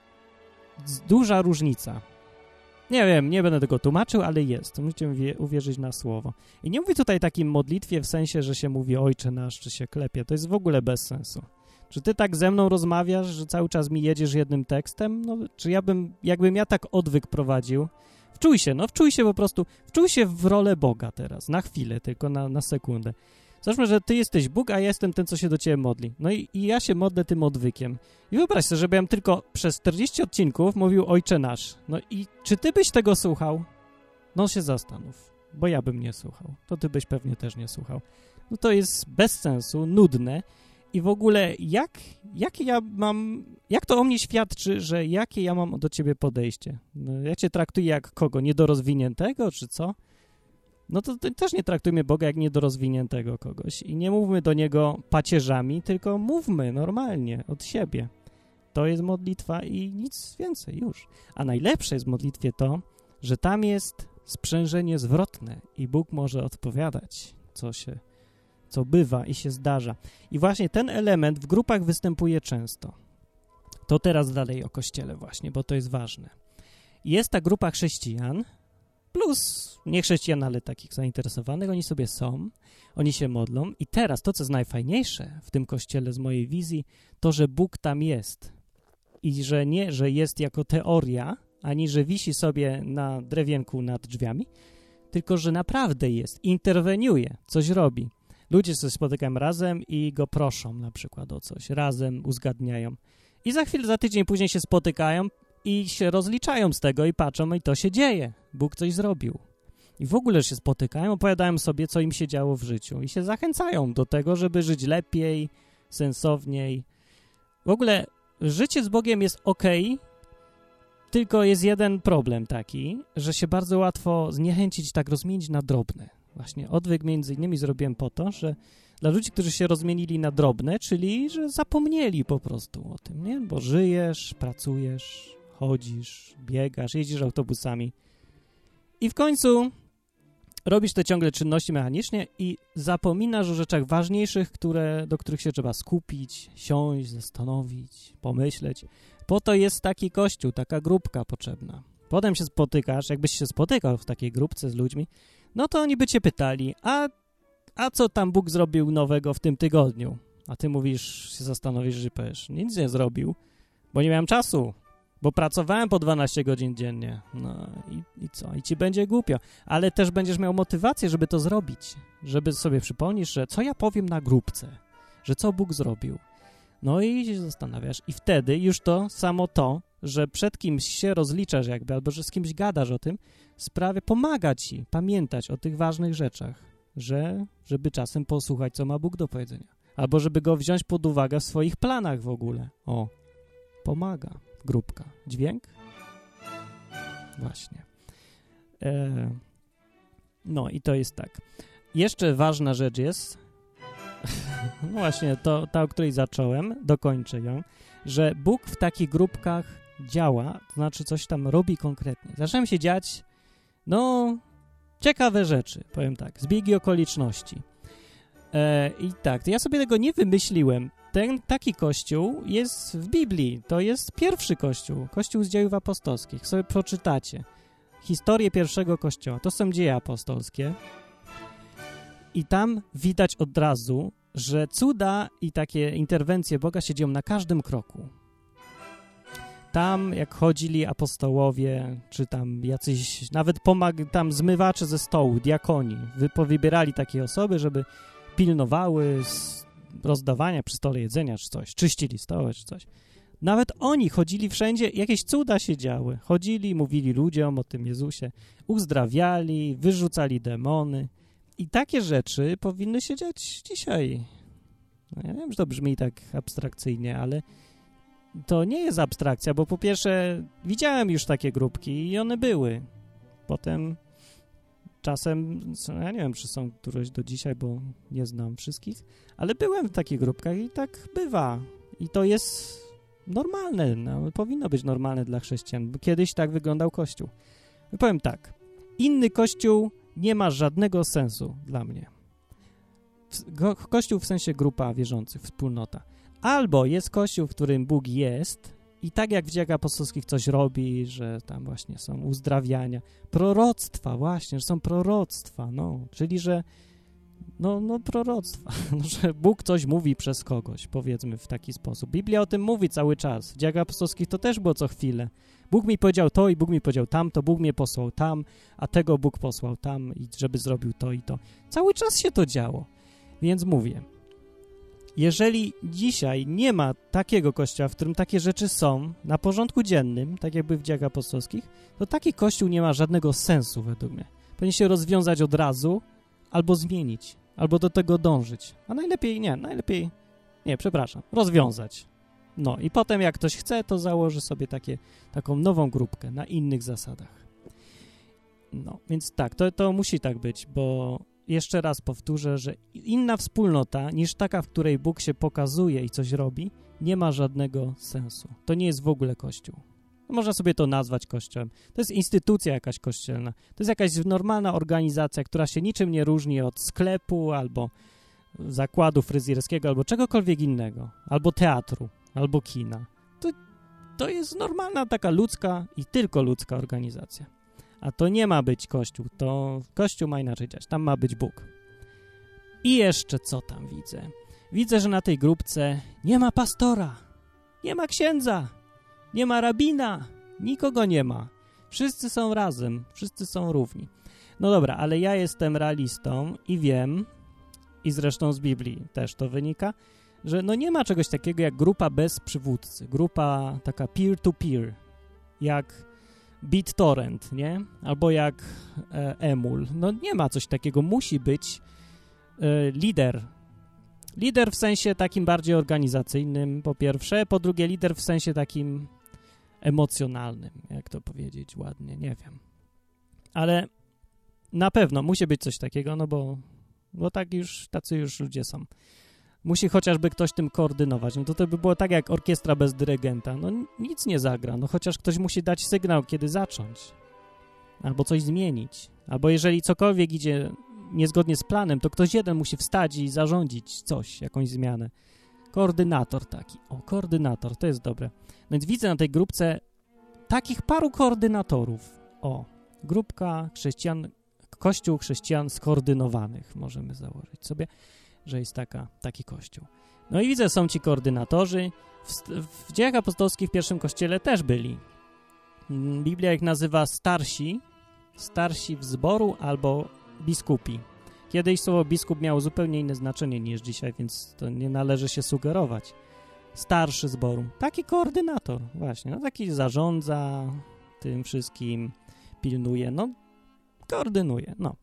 duża różnica. Nie wiem, nie będę tego tłumaczył, ale jest. Musicie mi uwierzyć na słowo. I nie mówię tutaj takim modlitwie w sensie, że się mówi Ojcze nasz, czy się klepie. To jest w ogóle bez sensu. Czy ty tak ze mną rozmawiasz, że cały czas mi jedziesz jednym tekstem? No, czy ja bym, jakbym ja tak odwyk prowadził? Wczuj się, no wczuj się po prostu, wczuj się w rolę Boga teraz, na chwilę, tylko na, na sekundę. Załóżmy, że ty jesteś Bóg, a ja jestem ten, co się do ciebie modli. No i, i ja się modlę tym odwykiem. I wyobraź sobie, żebym tylko przez czterdzieści odcinków mówił Ojcze nasz. No i czy ty byś tego słuchał? No się zastanów, bo ja bym nie słuchał. To ty byś pewnie też nie słuchał. No to jest bez sensu, nudne i w ogóle jak, jakie ja mam, jak to o mnie świadczy, że jakie ja mam do ciebie podejście? No, ja cię traktuję jak kogo? Niedorozwiniętego, czy co? No to, to też nie traktujmy Boga jak niedorozwiniętego kogoś i nie mówmy do Niego pacierzami, tylko mówmy normalnie, od siebie. To jest modlitwa i nic więcej już. A najlepsze jest w modlitwie to, że tam jest sprzężenie zwrotne i Bóg może odpowiadać, co się, co bywa i się zdarza. I właśnie ten element w grupach występuje często. To teraz dalej o Kościele właśnie, bo to jest ważne. Jest ta grupa chrześcijan, plus nie chrześcijan, ale takich zainteresowanych, oni sobie są, oni się modlą i teraz to, co jest najfajniejsze w tym Kościele z mojej wizji, to, że Bóg tam jest i że nie, że jest jako teoria, ani że wisi sobie na drewienku nad drzwiami, tylko, że naprawdę jest, interweniuje, coś robi. Ludzie się spotykają razem i go proszą na przykład o coś, razem uzgadniają i za chwilę, za tydzień później się spotykają i się rozliczają z tego i patrzą i to się dzieje. Bóg coś zrobił. I w ogóle się spotykają, opowiadają sobie, co im się działo w życiu i się zachęcają do tego, żeby żyć lepiej, sensowniej. W ogóle życie z Bogiem jest okej, tylko jest jeden problem taki, że się bardzo łatwo zniechęcić, tak rozmienić na drobne. Właśnie odwyk między innymi zrobiłem po to, że dla ludzi, którzy się rozmienili na drobne, czyli że zapomnieli po prostu o tym, nie? Bo żyjesz, pracujesz, chodzisz, biegasz, jeździsz autobusami i w końcu robisz te ciągle czynności mechanicznie i zapominasz o rzeczach ważniejszych, które, do których się trzeba skupić, siąść, zastanowić, pomyśleć. Po to jest taki kościół, taka grupka potrzebna. Potem się spotykasz, jakbyś się spotykał w takiej grupce z ludźmi, no to oni by cię pytali, a, a co tam Bóg zrobił nowego w tym tygodniu? A ty mówisz, się zastanowisz, że powiesz, nic nie zrobił, bo nie miałem czasu, bo pracowałem po dwanaście godzin dziennie. No i, i co? I ci będzie głupio. Ale też będziesz miał motywację, żeby to zrobić, żeby sobie przypomnisz, że co ja powiem na grupce, że co Bóg zrobił. No i się zastanawiasz i wtedy już to, samo to, że przed kimś się rozliczasz jakby, albo że z kimś gadasz o tym, sprawia, pomaga ci pamiętać o tych ważnych rzeczach, że, żeby czasem posłuchać, co ma Bóg do powiedzenia. Albo żeby go wziąć pod uwagę w swoich planach w ogóle. O, pomaga grupka? Dźwięk? Właśnie. E, no i to jest tak. Jeszcze ważna rzecz jest, no właśnie, to ta, o której zacząłem, dokończę ją, że Bóg w takich grupkach działa, to znaczy coś tam robi konkretnie. Zaczynają się dziać, no, ciekawe rzeczy, powiem tak, zbiegi okoliczności. E, I tak, to ja sobie tego nie wymyśliłem. Ten taki kościół jest w Biblii. To jest pierwszy kościół, kościół z dziejów apostolskich. Sobie przeczytacie historię pierwszego kościoła. To są dzieje apostolskie. I tam widać od razu, że cuda i takie interwencje Boga się dzieją na każdym kroku. Tam, jak chodzili apostołowie, czy tam jacyś, nawet pomag- tam zmywacze ze stołu, diakoni, wy- powybierali takie osoby, żeby pilnowały z rozdawania przy stole jedzenia, czy coś, czyścili stoły, czy coś. Nawet oni chodzili wszędzie, jakieś cuda się działy. Chodzili, mówili ludziom o tym Jezusie, uzdrawiali, wyrzucali demony. I takie rzeczy powinny się dziać dzisiaj. No ja wiem, że to brzmi tak abstrakcyjnie, ale to nie jest abstrakcja, bo po pierwsze widziałem już takie grupki i one były. Potem czasem, ja nie wiem, czy są któreś do dzisiaj, bo nie znam wszystkich, ale byłem w takich grupkach i tak bywa. I to jest normalne, no, powinno być normalne dla chrześcijan, bo kiedyś tak wyglądał Kościół. I powiem tak, inny Kościół nie ma żadnego sensu dla mnie. Kościół w sensie grupa wierzących, wspólnota. Albo jest Kościół, w którym Bóg jest i tak jak w dziejach apostolskich coś robi, że tam właśnie są uzdrawiania, proroctwa właśnie, że są proroctwa, no, czyli że no, no proroctwa, że Bóg coś mówi przez kogoś, powiedzmy w taki sposób. Biblia o tym mówi cały czas. W dziejach apostolskich to też było co chwilę. Bóg mi powiedział to i Bóg mi powiedział tamto, Bóg mnie posłał tam, a tego Bóg posłał tam, i żeby zrobił to i to. Cały czas się to działo. Więc mówię, jeżeli dzisiaj nie ma takiego kościoła, w którym takie rzeczy są na porządku dziennym, tak jakby w dziejach apostolskich, to taki kościół nie ma żadnego sensu według mnie. Powinien się rozwiązać od razu albo zmienić, albo do tego dążyć. A najlepiej nie, najlepiej, nie, przepraszam, rozwiązać. No i potem jak ktoś chce, to założy sobie takie, taką nową grupkę na innych zasadach. No, więc tak, to, to musi tak być, bo jeszcze raz powtórzę, że inna wspólnota niż taka, w której Bóg się pokazuje i coś robi, nie ma żadnego sensu. To nie jest w ogóle Kościół. Można sobie to nazwać Kościołem. To jest instytucja jakaś kościelna. To jest jakaś normalna organizacja, która się niczym nie różni od sklepu albo zakładu fryzjerskiego albo czegokolwiek innego. Albo teatru, albo kina. To, to jest normalna taka ludzka i tylko ludzka organizacja. A to nie ma być Kościół. To Kościół ma inaczej działać. Tam ma być Bóg. I jeszcze co tam widzę? Widzę, że na tej grupce nie ma pastora, nie ma księdza, nie ma rabina, nikogo nie ma. Wszyscy są razem, wszyscy są równi. No dobra, ale ja jestem realistą i wiem, i zresztą z Biblii też to wynika, że no nie ma czegoś takiego jak grupa bez przywódcy, grupa taka peer-to-peer, jak BitTorrent, nie? Albo jak e, Emul. No nie ma coś takiego, musi być e, lider. Lider w sensie takim bardziej organizacyjnym, po pierwsze, po drugie lider w sensie takim emocjonalnym, jak to powiedzieć ładnie, nie wiem. Ale na pewno musi być coś takiego, no bo, bo tak już, tacy już ludzie są. Musi chociażby ktoś tym koordynować. No to to by było tak jak orkiestra bez dyrygenta. No nic nie zagra, no chociaż ktoś musi dać sygnał, kiedy zacząć. Albo coś zmienić. Albo jeżeli cokolwiek idzie niezgodnie z planem, to ktoś jeden musi wstać i zarządzić coś, jakąś zmianę. Koordynator taki. O, koordynator, to jest dobre. No więc widzę na tej grupce takich paru koordynatorów. O, grupka chrześcijan, kościół chrześcijan skoordynowanych, możemy założyć sobie, że jest taka, taki kościół. No i widzę, są ci koordynatorzy. W, w dziejach apostolskich w pierwszym kościele też byli. Biblia ich nazywa starsi, starsi w zboru albo biskupi. Kiedyś słowo biskup miało zupełnie inne znaczenie niż dzisiaj, więc to nie należy się sugerować. Starszy zboru. Taki koordynator właśnie. No taki zarządza tym wszystkim, pilnuje, no koordynuje, no.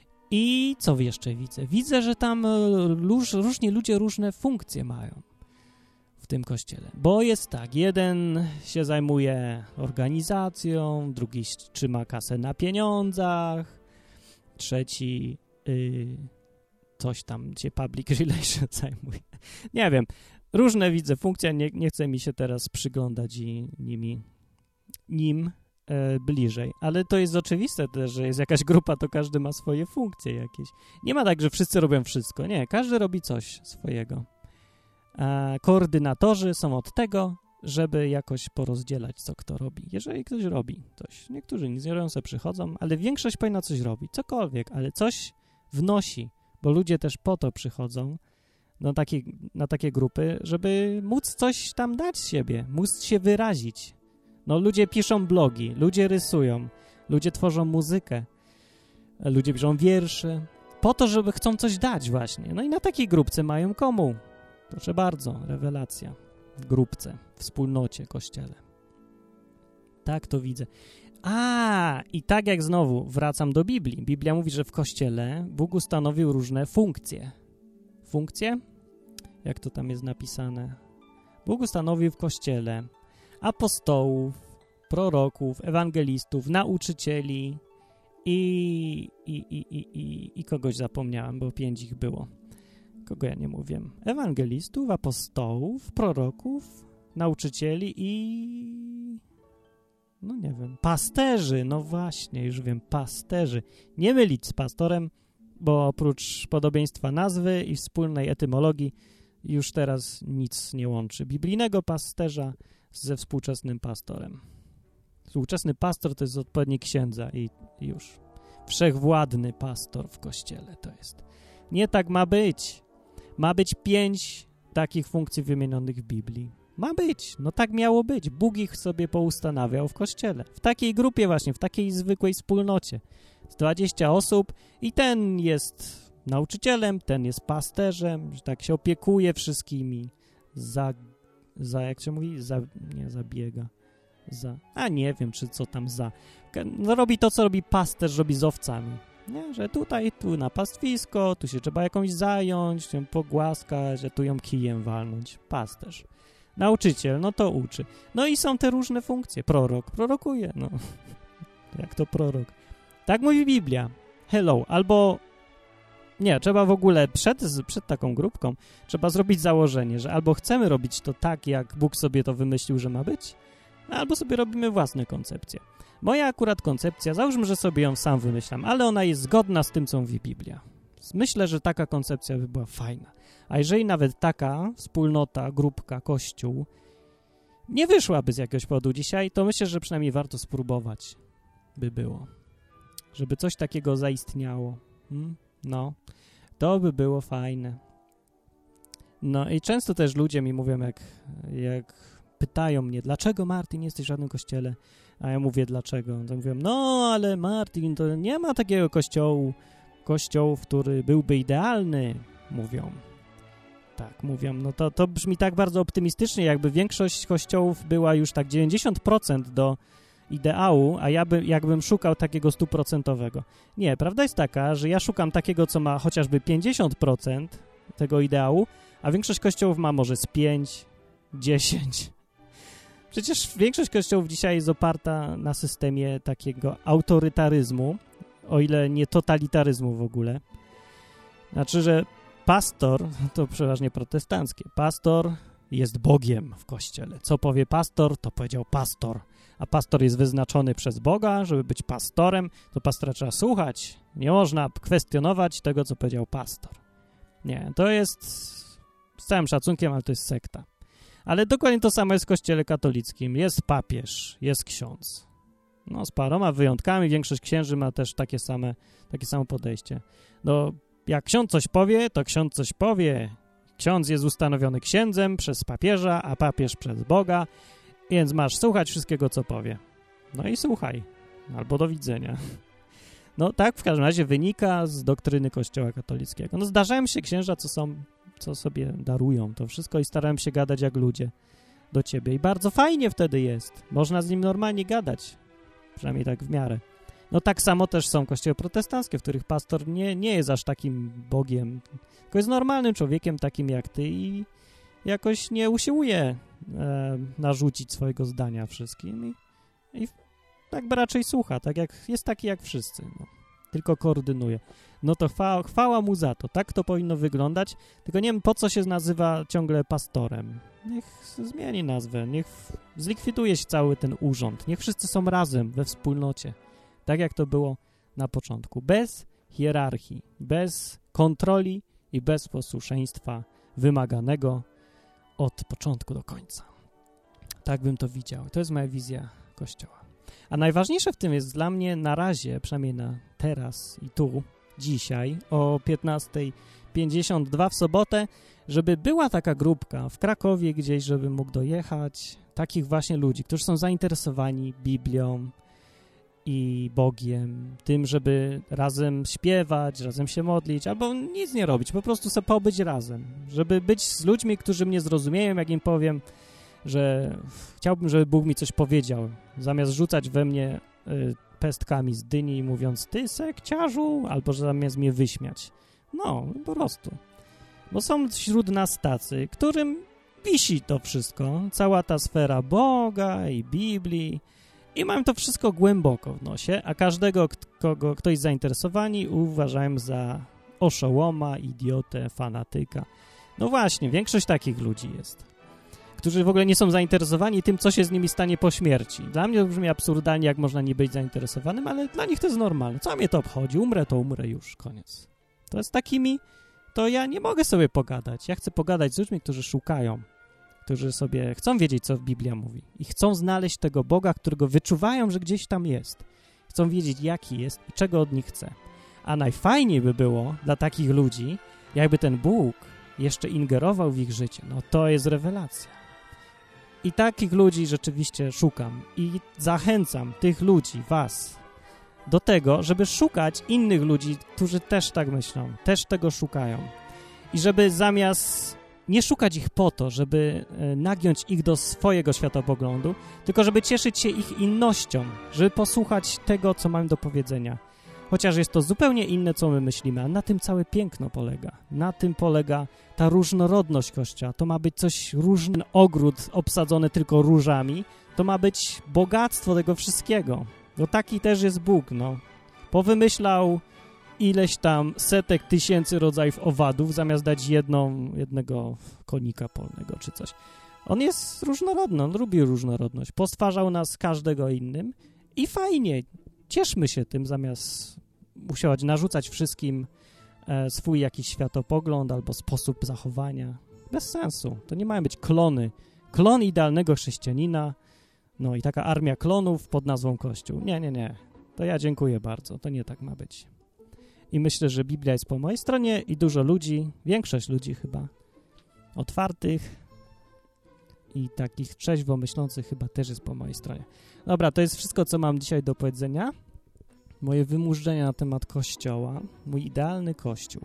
I co jeszcze widzę? Widzę, że tam róż, różni ludzie różne funkcje mają. w tym kościele. Bo jest tak, jeden się zajmuje organizacją, drugi trzyma kasę na pieniądzach, trzeci yy, coś tam się public relation zajmuje. Nie wiem, różne widzę funkcje, nie, nie chcę mi się teraz przyglądać i nimi, nim e, bliżej. Ale to jest oczywiste też, że jest jakaś grupa, to każdy ma swoje funkcje jakieś. Nie ma tak, że wszyscy robią wszystko. Nie, każdy robi coś swojego. A koordynatorzy są od tego, żeby jakoś porozdzielać, co kto robi. Jeżeli ktoś robi coś, niektórzy nic nie robią, sobie przychodzą, ale większość powinna coś robić, cokolwiek, ale coś wnosi, bo ludzie też po to przychodzą na takie, na takie grupy, żeby móc coś tam dać z siebie, móc się wyrazić. No ludzie piszą blogi, ludzie rysują, ludzie tworzą muzykę, ludzie piszą wiersze, po to, żeby chcą coś dać właśnie. No i na takiej grupce mają komu. Proszę bardzo, rewelacja. W grupce, w wspólnocie, kościele. Tak to widzę. A, i tak jak znowu wracam do Biblii. Biblia mówi, że w kościele Bóg ustanowił różne funkcje. Funkcje? Jak to tam jest napisane? Bóg ustanowił w kościele apostołów, proroków, ewangelistów, nauczycieli i, i, i, i, i, i kogoś zapomniałem, bo pięć ich było. Kogo ja nie mówię? Ewangelistów, apostołów, proroków, nauczycieli i... no nie wiem, pasterzy, no właśnie, już wiem, pasterzy. Nie mylić z pastorem, bo oprócz podobieństwa nazwy i wspólnej etymologii już teraz nic nie łączy biblijnego pasterza ze współczesnym pastorem. Współczesny pastor to jest odpowiednik księdza i już. Wszechwładny pastor w kościele to jest. Nie tak ma być. Ma być pięć takich funkcji wymienionych w Biblii. Ma być. No tak miało być. Bóg ich sobie poustanawiał w kościele. W takiej grupie właśnie, w takiej zwykłej wspólnocie. Z dwadzieścia osób i ten jest nauczycielem, ten jest pasterzem, że tak się opiekuje wszystkimi. Za, za jak się mówi? Za, nie, zabiega. Za, a nie wiem, czy co tam za. No robi to, co robi pasterz, robi z owcami. Nie, że tutaj, tu na pastwisko, tu się trzeba jakąś zająć, ją pogłaskać, że tu ją kijem walnąć. Pasterz. Nauczyciel, no to uczy. No i są te różne funkcje. Prorok, prorokuje, no. Jak to prorok? Tak mówi Biblia. Hello. Albo, nie, trzeba w ogóle przed, przed taką grupką, trzeba zrobić założenie, że albo chcemy robić to tak, jak Bóg sobie to wymyślił, że ma być, albo sobie robimy własne koncepcje. Moja akurat koncepcja, załóżmy, że sobie ją sam wymyślam, ale ona jest zgodna z tym, co mówi Biblia. Myślę, że taka koncepcja by była fajna. A jeżeli nawet taka wspólnota, grupka, kościół nie wyszłaby z jakiegoś powodu dzisiaj, to myślę, że przynajmniej warto spróbować by było. Żeby coś takiego zaistniało. Hmm? No, to by było fajne. No i często też ludzie mi mówią, jak, jak pytają mnie, dlaczego Martin nie jesteś w żadnym kościele? A ja mówię, dlaczego? To mówią, no ale Martin, to nie ma takiego kościołu, kościoł, który byłby idealny, mówią. Tak, mówią, no to, to brzmi tak bardzo optymistycznie, jakby większość kościołów była już tak dziewięćdziesiąt procent do ideału, a ja by, jakbym szukał takiego stuprocentowego. Nie, prawda jest taka, że ja szukam takiego, co ma chociażby pięćdziesiąt procent tego ideału, a większość kościołów ma może z pięć, dziesięć. Przecież większość kościołów dzisiaj jest oparta na systemie takiego autorytaryzmu, o ile nie totalitaryzmu w ogóle. Znaczy, że pastor, to przeważnie protestanckie, pastor jest Bogiem w kościele. Co powie pastor, to powiedział pastor. A pastor jest wyznaczony przez Boga, żeby być pastorem, to pastora trzeba słuchać. Nie można kwestionować tego, co powiedział pastor. Nie, to jest z całym szacunkiem, ale to jest sekta. Ale dokładnie to samo jest w kościele katolickim. Jest papież, jest ksiądz. No z paroma wyjątkami, większość księży ma też takie same, takie samo podejście. No jak ksiądz coś powie, to ksiądz coś powie. Ksiądz jest ustanowiony księdzem przez papieża, a papież przez Boga, więc masz słuchać wszystkiego, co powie. No i słuchaj, albo do widzenia. No tak w każdym razie wynika z doktryny Kościoła katolickiego. No zdarzają się księża, co są, co sobie darują to wszystko i starają się gadać jak ludzie do ciebie. I bardzo fajnie wtedy jest. Można z nim normalnie gadać. Przynajmniej tak w miarę. No tak samo też są kościoły protestanckie, w których pastor nie, nie jest aż takim Bogiem, tylko jest normalnym człowiekiem takim jak ty i, jakoś nie usiłuje e, narzucić swojego zdania wszystkim i, i tak by raczej słucha, tak jak jest taki jak wszyscy, no. Tylko koordynuje. No to chwała, chwała mu za to. Tak to powinno wyglądać. Tylko nie wiem, po co się nazywa ciągle pastorem. Niech zmieni nazwę. Niech zlikwiduje się cały ten urząd. Niech wszyscy są razem we wspólnocie. Tak jak to było na początku. Bez hierarchii, bez kontroli i bez posłuszeństwa wymaganego od początku do końca. Tak bym to widział. To jest moja wizja Kościoła. A najważniejsze w tym jest dla mnie na razie, przynajmniej na teraz i tu, dzisiaj o piętnasta pięćdziesiąt dwa w sobotę, żeby była taka grupka w Krakowie gdzieś, żeby mógł dojechać, takich właśnie ludzi, którzy są zainteresowani Biblią i Bogiem, tym, żeby razem śpiewać, razem się modlić, albo nic nie robić, po prostu sobie pobyć razem, żeby być z ludźmi, którzy mnie zrozumieją, jak im powiem, że chciałbym, żeby Bóg mi coś powiedział, zamiast rzucać we mnie y, pestkami z dyni i mówiąc, ty sekciarzu, albo że zamiast mnie wyśmiać. No, po prostu. Bo są wśród nas tacy, którym wisi to wszystko, cała ta sfera Boga i Biblii i mają to wszystko głęboko w nosie, a każdego, kogo ktoś zainteresowani uważają za oszołoma, idiotę, fanatyka. No właśnie, większość takich ludzi jest, którzy w ogóle nie są zainteresowani tym, co się z nimi stanie po śmierci. Dla mnie to brzmi absurdalnie, jak można nie być zainteresowanym, ale dla nich to jest normalne. Co mnie to obchodzi? Umrę, to umrę już, koniec. To z takimi, to ja nie mogę sobie pogadać. Ja chcę pogadać z ludźmi, którzy szukają, którzy sobie chcą wiedzieć, co Biblia mówi i chcą znaleźć tego Boga, którego wyczuwają, że gdzieś tam jest. Chcą wiedzieć, jaki jest i czego od nich chce. A najfajniej by było dla takich ludzi, jakby ten Bóg jeszcze ingerował w ich życie. No to jest rewelacja. I takich ludzi rzeczywiście szukam i zachęcam tych ludzi, was, do tego, żeby szukać innych ludzi, którzy też tak myślą, też tego szukają. I żeby zamiast nie szukać ich po to, żeby nagiąć ich do swojego światopoglądu, tylko żeby cieszyć się ich innością, żeby posłuchać tego, co mam do powiedzenia. Chociaż jest to zupełnie inne, co my myślimy, a na tym całe piękno polega. Na tym polega ta różnorodność Kościoła. To ma być coś różny ogród obsadzony tylko różami. To ma być bogactwo tego wszystkiego. Bo taki też jest Bóg, no. Powymyślał ileś tam setek tysięcy rodzajów owadów, zamiast dać jedną, jednego konika polnego czy coś. On jest różnorodny, on lubi różnorodność. Postwarzał nas każdego innym i fajnie. Cieszmy się tym, zamiast usiłować narzucać wszystkim e, swój jakiś światopogląd albo sposób zachowania. Bez sensu. To nie mają być klony. Klon idealnego chrześcijanina, no i taka armia klonów pod nazwą Kościół. Nie, nie, nie. To ja dziękuję bardzo. To nie tak ma być. I myślę, że Biblia jest po mojej stronie i dużo ludzi, większość ludzi chyba, otwartych i takich trzeźwo myślących chyba też jest po mojej stronie. Dobra, to jest wszystko, co mam dzisiaj do powiedzenia. Moje wymuszczenia na temat Kościoła. Mój idealny Kościół.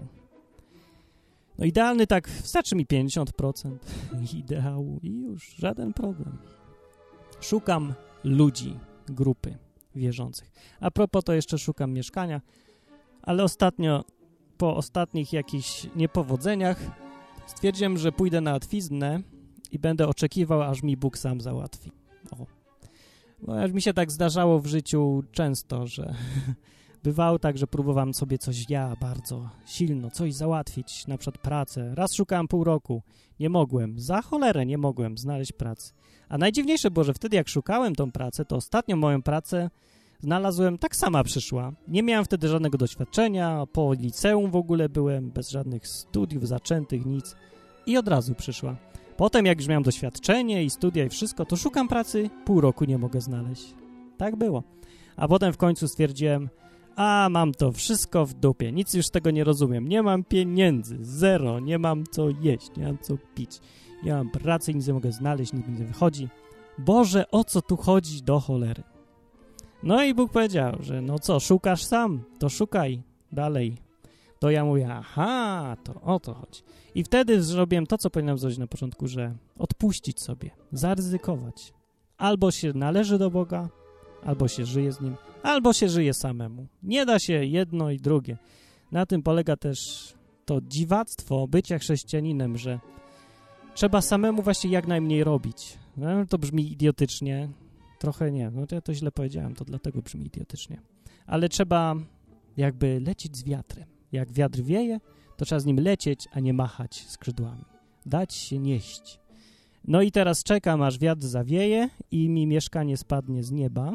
No idealny tak, wystarczy mi pięćdziesiąt procent ideału i już żaden problem. Szukam ludzi, grupy wierzących. A propos, to jeszcze szukam mieszkania, ale ostatnio, po ostatnich jakichś niepowodzeniach stwierdziłem, że pójdę na łatwiznę i będę oczekiwał, aż mi Bóg sam załatwi. O. Bo aż mi się tak zdarzało w życiu często, że bywało tak, że próbowałem sobie coś ja bardzo silno, coś załatwić, na przykład pracę. Raz szukałem pół roku, nie mogłem, za cholerę nie mogłem znaleźć pracy. A najdziwniejsze było, że wtedy jak szukałem tą pracę, to ostatnią moją pracę znalazłem, tak sama przyszła. Nie miałem wtedy żadnego doświadczenia, po liceum w ogóle byłem, bez żadnych studiów zaczętych, nic i od razu przyszła. Potem jak już miałem doświadczenie i studia i wszystko, to szukam pracy, pół roku nie mogę znaleźć. Tak było. A potem w końcu stwierdziłem, a mam to wszystko w dupie, nic już z tego nie rozumiem, nie mam pieniędzy, zero, nie mam co jeść, nie mam co pić, nie mam pracy, nic nie mogę znaleźć, nic mi nie wychodzi. Boże, o co tu chodzi do cholery? No i Bóg powiedział, że no co, szukasz sam, to szukaj dalej. To ja mówię, aha, to o to chodzi. I wtedy zrobiłem to, co powinienem zrobić na początku, że odpuścić sobie, zaryzykować. Albo się należy do Boga, albo się żyje z Nim, albo się żyje samemu. Nie da się jedno i drugie. Na tym polega też to dziwactwo bycia chrześcijaninem, że trzeba samemu właśnie jak najmniej robić. No, to brzmi idiotycznie. Trochę nie, no to ja to źle powiedziałem, to dlatego brzmi idiotycznie. Ale trzeba jakby lecieć z wiatrem. Jak wiatr wieje, to trzeba z nim lecieć, a nie machać skrzydłami. Dać się nieść. No i teraz czekam, aż wiatr zawieje i mi mieszkanie spadnie z nieba.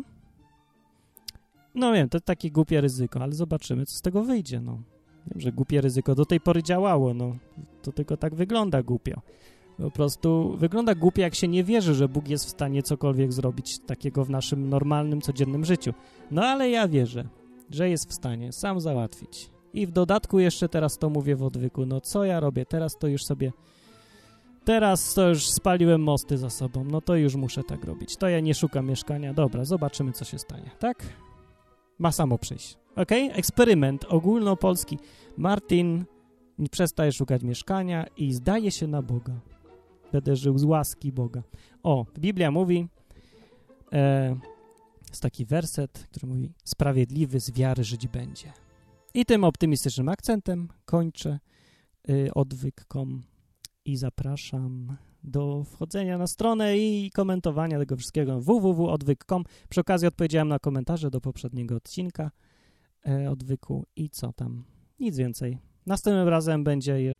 No wiem, to takie głupie ryzyko, ale zobaczymy, co z tego wyjdzie, no. Wiem, że głupie ryzyko do tej pory działało, no. To tylko tak wygląda głupio. Po prostu wygląda głupio, jak się nie wierzy, że Bóg jest w stanie cokolwiek zrobić takiego w naszym normalnym, codziennym życiu. No ale ja wierzę, że jest w stanie sam załatwić. I w dodatku jeszcze teraz to mówię w odwyku, no co ja robię? Teraz to już sobie... Teraz to już spaliłem mosty za sobą, no to już muszę tak robić. To ja nie szukam mieszkania. Dobra, zobaczymy, co się stanie, tak? Ma samo przyjść. Ok? Eksperyment ogólnopolski. Martin przestaje szukać mieszkania i zdaje się na Boga. Będę żył z łaski Boga. O, Biblia mówi, e, jest taki werset, który mówi, sprawiedliwy z wiary żyć będzie. I tym optymistycznym akcentem kończę y, odwyk kropka com i zapraszam do wchodzenia na stronę i komentowania tego wszystkiego w w w kropka odwyk kropka com. Przy okazji odpowiedziałem na komentarze do poprzedniego odcinka e, odwyku i co tam? Nic więcej. Następnym razem będzie